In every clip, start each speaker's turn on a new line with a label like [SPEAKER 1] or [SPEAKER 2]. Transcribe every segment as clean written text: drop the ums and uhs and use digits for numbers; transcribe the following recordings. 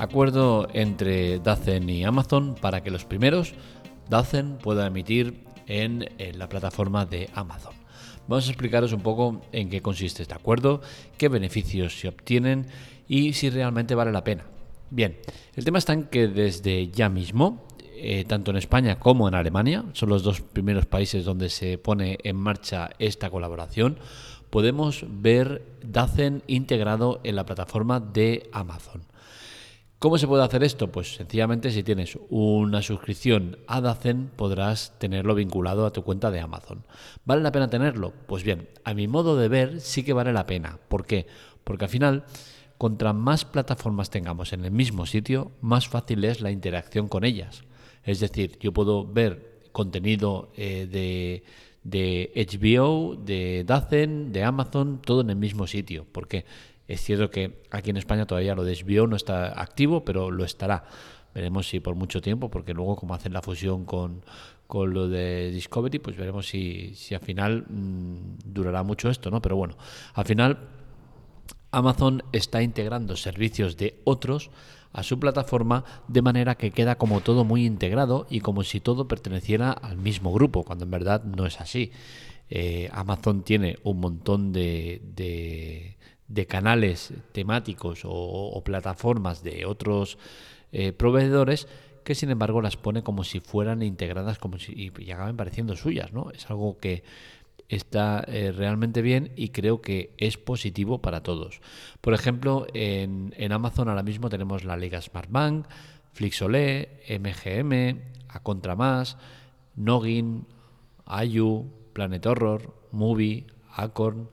[SPEAKER 1] Acuerdo entre Dazen y Amazon para que los primeros, Dazen, pueda emitir en la plataforma de Amazon. Vamos a explicaros un poco en qué consiste este acuerdo, qué beneficios se obtienen y si realmente vale la pena. Bien, el tema está en que desde ya mismo, tanto en España como en Alemania, son los dos primeros países donde se pone en marcha esta colaboración, podemos ver Dazen integrado en la plataforma de Amazon. ¿Cómo se puede hacer esto? Pues sencillamente si tienes una suscripción a Dazen podrás tenerlo vinculado a tu cuenta de Amazon. ¿Vale la pena tenerlo? Pues bien, a mi modo de ver sí que vale la pena. ¿Por qué? Porque al final, contra más plataformas tengamos en el mismo sitio, más fácil es la interacción con ellas. Es decir, yo puedo ver contenido de HBO, de Dazen, de Amazon, todo en el mismo sitio. ¿Por qué? Es cierto que aquí en España todavía lo de HBO no está activo, pero lo estará. Veremos si por mucho tiempo, porque luego como hacen la fusión con lo de Discovery, pues veremos si al final durará mucho esto, ¿no? Pero bueno, al final Amazon está integrando servicios de otros a su plataforma de manera que queda como todo muy integrado y como si todo perteneciera al mismo grupo, cuando en verdad no es así. Amazon tiene un montón de canales temáticos o plataformas de otros proveedores que sin embargo las pone como si fueran integradas y acaben pareciendo suyas, ¿no? Es algo que está realmente bien y creo que es positivo para todos. Por ejemplo, en Amazon ahora mismo tenemos la Liga Smartbank, Flixolé, MGM, Acontramas, Noggin, Ayu, Planet Horror, Movie, Acorn,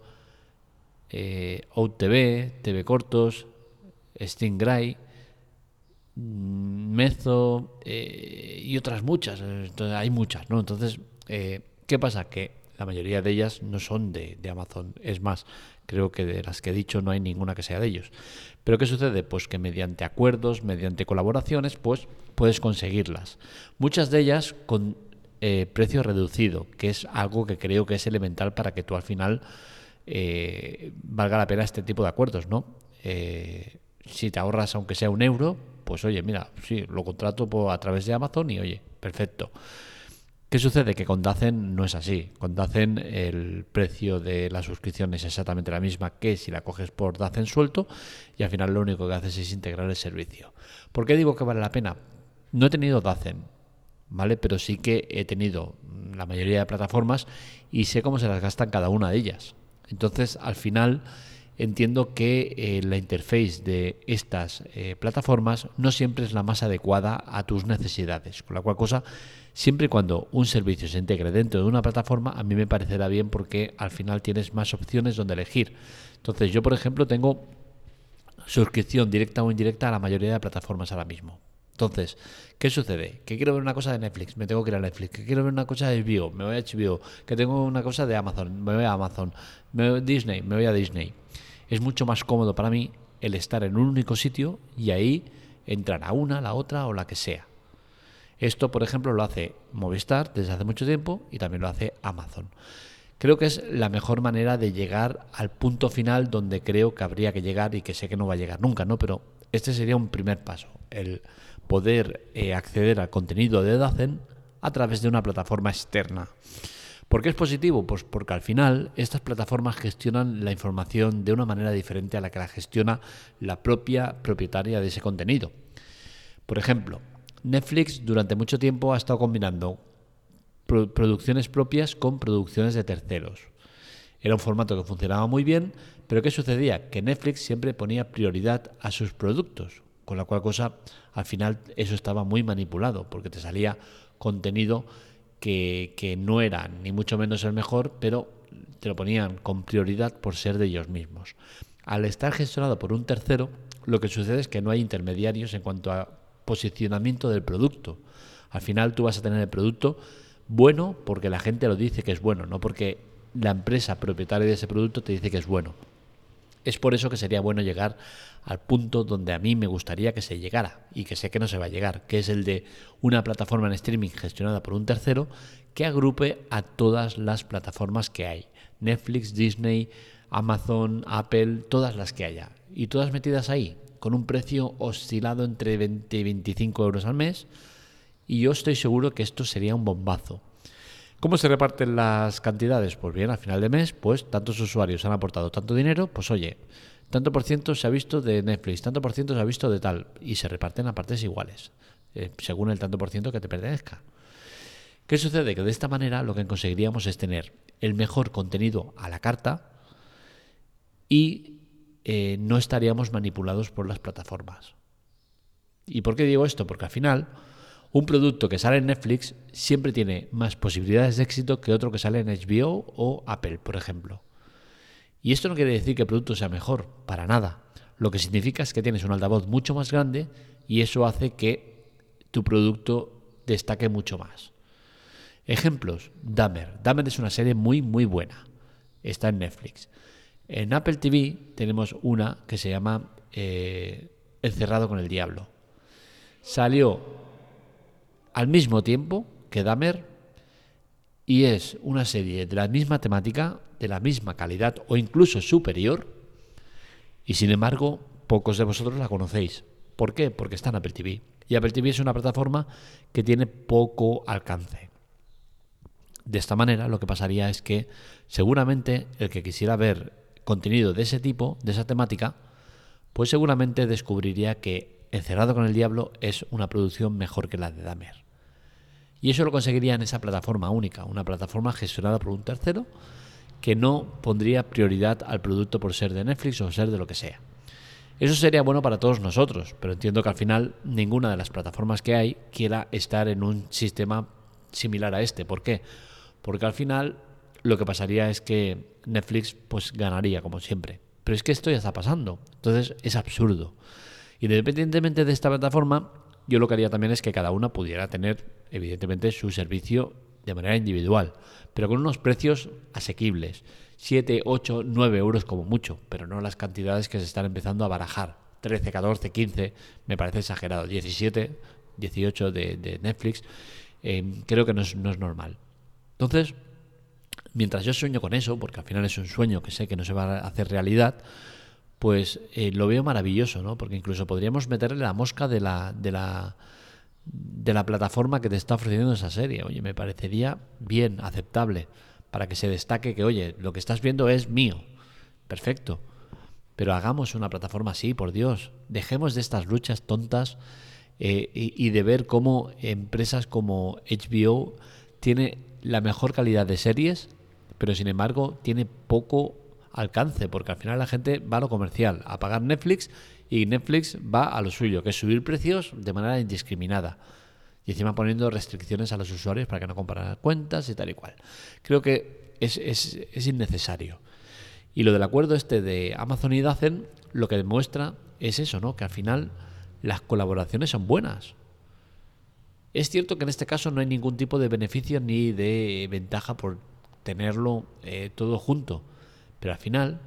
[SPEAKER 1] OutTV, TV Cortos, Stingray, Mezzo y otras muchas. Entonces, hay muchas, ¿no? Entonces, ¿qué pasa? Que la mayoría de ellas no son de Amazon. Es más, creo que de las que he dicho no hay ninguna que sea de ellos. ¿Pero qué sucede? Pues que mediante acuerdos, mediante colaboraciones, pues puedes conseguirlas. Muchas de ellas con precio reducido, que es algo que creo que es elemental para que tú al final valga la pena este tipo de acuerdos, ¿no? Si te ahorras aunque sea €1, pues oye, mira, sí, lo contrato a través de Amazon y oye, perfecto. ¿Qué sucede? Que con Dazen no es así. Con Dazen el precio de la suscripción es exactamente la misma que si la coges por Dazen suelto y al final lo único que haces es integrar el servicio. ¿Por qué digo que vale la pena? No he tenido Dazen, ¿vale? Pero sí que he tenido la mayoría de plataformas y sé cómo se las gastan cada una de ellas. Entonces, al final, entiendo que la interface de estas plataformas no siempre es la más adecuada a tus necesidades. Con la cual cosa, siempre y cuando un servicio se integre dentro de una plataforma, a mí me parecerá bien porque al final tienes más opciones donde elegir. Entonces, yo, por ejemplo, tengo suscripción directa o indirecta a la mayoría de plataformas ahora mismo. Entonces, ¿qué sucede? Que quiero ver una cosa de Netflix, me tengo que ir a Netflix. Que quiero ver una cosa de HBO, me voy a HBO. Que tengo una cosa de Amazon, me voy a Amazon. Disney, me voy a Disney. Es mucho más cómodo para mí el estar en un único sitio y ahí entrar a una, la otra o la que sea. Esto, por ejemplo, lo hace Movistar desde hace mucho tiempo y también lo hace Amazon. Creo que es la mejor manera de llegar al punto final donde creo que habría que llegar y que sé que no va a llegar nunca, ¿no? Pero este sería un primer paso, el poder acceder al contenido de Dazen a través de una plataforma externa. ¿Por qué es positivo? Pues porque al final estas plataformas gestionan la información de una manera diferente a la que la gestiona la propia propietaria de ese contenido. Por ejemplo, Netflix durante mucho tiempo ha estado combinando producciones propias con producciones de terceros. Era un formato que funcionaba muy bien, pero ¿qué sucedía? Que Netflix siempre ponía prioridad a sus productos, con la cual cosa al final eso estaba muy manipulado, porque te salía contenido que no era ni mucho menos el mejor, pero te lo ponían con prioridad por ser de ellos mismos. Al estar gestionado por un tercero, lo que sucede es que no hay intermediarios en cuanto a posicionamiento del producto. Al final tú vas a tener el producto bueno porque la gente lo dice que es bueno, no porque la empresa propietaria de ese producto te dice que es bueno. Es por eso que sería bueno llegar al punto donde a mí me gustaría que se llegara y que sé que no se va a llegar, que es el de una plataforma en streaming gestionada por un tercero que agrupe a todas las plataformas que hay. Netflix, Disney, Amazon, Apple, todas las que haya. Y todas metidas ahí. con un precio oscilado entre 20 y 25 euros al mes, y yo estoy seguro que esto sería un bombazo. ¿Cómo se reparten las cantidades? Pues bien, al final de mes, pues tantos usuarios han aportado tanto dinero, pues oye, tanto por ciento se ha visto de Netflix, tanto por ciento se ha visto de tal, y se reparten a partes iguales, según el tanto por ciento que te pertenezca. ¿Qué sucede? Que de esta manera lo que conseguiríamos es tener el mejor contenido a la carta y no estaríamos manipulados por las plataformas. ¿Y por qué digo esto? Porque al final un producto que sale en Netflix siempre tiene más posibilidades de éxito que otro que sale en HBO o Apple, por ejemplo. Y esto no quiere decir que el producto sea mejor, para nada. Lo que significa es que tienes un altavoz mucho más grande y eso hace que tu producto destaque mucho más. Ejemplos, Dahmer. Dahmer es una serie muy, muy buena. Está en Netflix. En Apple TV tenemos una que se llama Encerrado con el Diablo. Salió al mismo tiempo que Dahmer y es una serie de la misma temática, de la misma calidad o incluso superior, y sin embargo pocos de vosotros la conocéis. ¿Por qué? Porque está en Apple TV. Y Apple TV es una plataforma que tiene poco alcance. De esta manera lo que pasaría es que seguramente el que quisiera ver contenido de ese tipo, de esa temática, pues seguramente descubriría que Encerrado con el Diablo es una producción mejor que la de Dahmer. Y eso lo conseguiría en esa plataforma única, una plataforma gestionada por un tercero que no pondría prioridad al producto por ser de Netflix o ser de lo que sea. Eso sería bueno para todos nosotros, pero entiendo que al final ninguna de las plataformas que hay quiera estar en un sistema similar a este. ¿Por qué? Porque al final lo que pasaría es que Netflix pues ganaría como siempre. Pero es que esto ya está pasando, entonces es absurdo. Independientemente de esta plataforma, yo lo que haría también es que cada una pudiera tener, evidentemente, su servicio de manera individual, pero con unos precios asequibles. 7, 8, 9 euros como mucho, pero no las cantidades que se están empezando a barajar. 13, 14, 15, me parece exagerado. 17, 18 de Netflix, creo que no es normal. Entonces, mientras yo sueño con eso, porque al final es un sueño que sé que no se va a hacer realidad, pues lo veo maravilloso, ¿no? Porque incluso podríamos meterle la mosca de la plataforma que te está ofreciendo esa serie. Oye, me parecería bien, aceptable, para que se destaque que, oye, lo que estás viendo es mío. Perfecto. Pero hagamos una plataforma así, por Dios. Dejemos de estas luchas tontas y de ver cómo empresas como HBO tiene la mejor calidad de series, pero sin embargo tiene poco alcance, porque al final la gente va a lo comercial, a pagar Netflix, y Netflix va a lo suyo, que es subir precios de manera indiscriminada y encima poniendo restricciones a los usuarios para que no compraran cuentas y tal y cual. Creo que es innecesario. Y lo del acuerdo este de Amazon y Dazn lo que demuestra es eso, ¿no? Que al final las colaboraciones son buenas. Es cierto que en este caso no hay ningún tipo de beneficio ni de ventaja por tenerlo todo junto, pero al final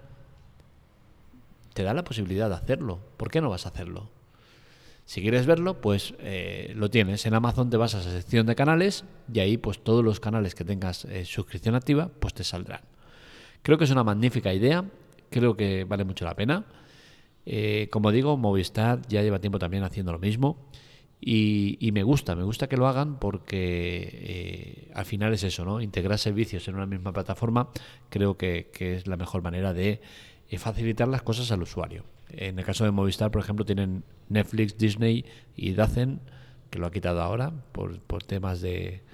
[SPEAKER 1] te da la posibilidad de hacerlo. ¿Por qué no vas a hacerlo? Si quieres verlo, pues lo tienes. En Amazon te vas a esa sección de canales y ahí pues todos los canales que tengas suscripción activa pues te saldrán. Creo que es una magnífica idea, creo que vale mucho la pena. Como digo, Movistar ya lleva tiempo también haciendo lo mismo y me gusta que lo hagan porque al final es eso, ¿no? Integrar servicios en una misma plataforma creo que es la mejor manera de facilitar las cosas al usuario. En el caso de Movistar, por ejemplo, tienen Netflix, Disney y Dazn, que lo ha quitado ahora por temas de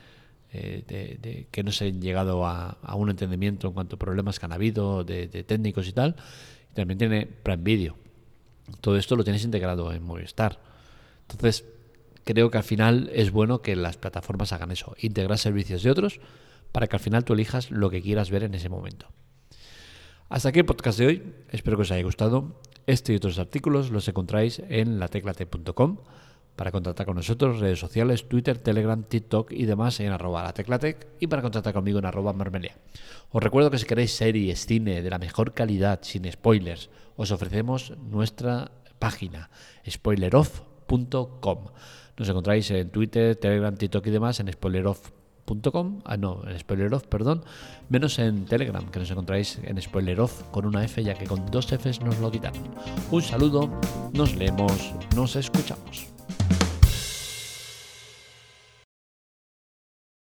[SPEAKER 1] que no se han llegado a un entendimiento en cuanto a problemas que han habido de técnicos y tal. Y también tiene Prime Video. Todo esto lo tienes integrado en Movistar. Entonces, creo que al final es bueno que las plataformas hagan eso, integrar servicios de otros para que al final tú elijas lo que quieras ver en ese momento. Hasta aquí el podcast de hoy, espero que os haya gustado. Este y otros artículos los encontráis en lateclatec.com. Para contactar con nosotros, redes sociales, Twitter, Telegram, TikTok y demás en @lateclatec, y para contactar conmigo en @marmelia. Os recuerdo que si queréis series, cine de la mejor calidad, sin spoilers, os ofrecemos nuestra página spoileroff.com. Nos encontráis en Twitter, Telegram, TikTok y demás en spoileroff spoileroz.com, en Spoileroz, perdón, menos en Telegram, que nos encontráis en Spoileroz con una F, ya que con 2 Fs nos lo quitaron. Un saludo, nos leemos, nos escuchamos.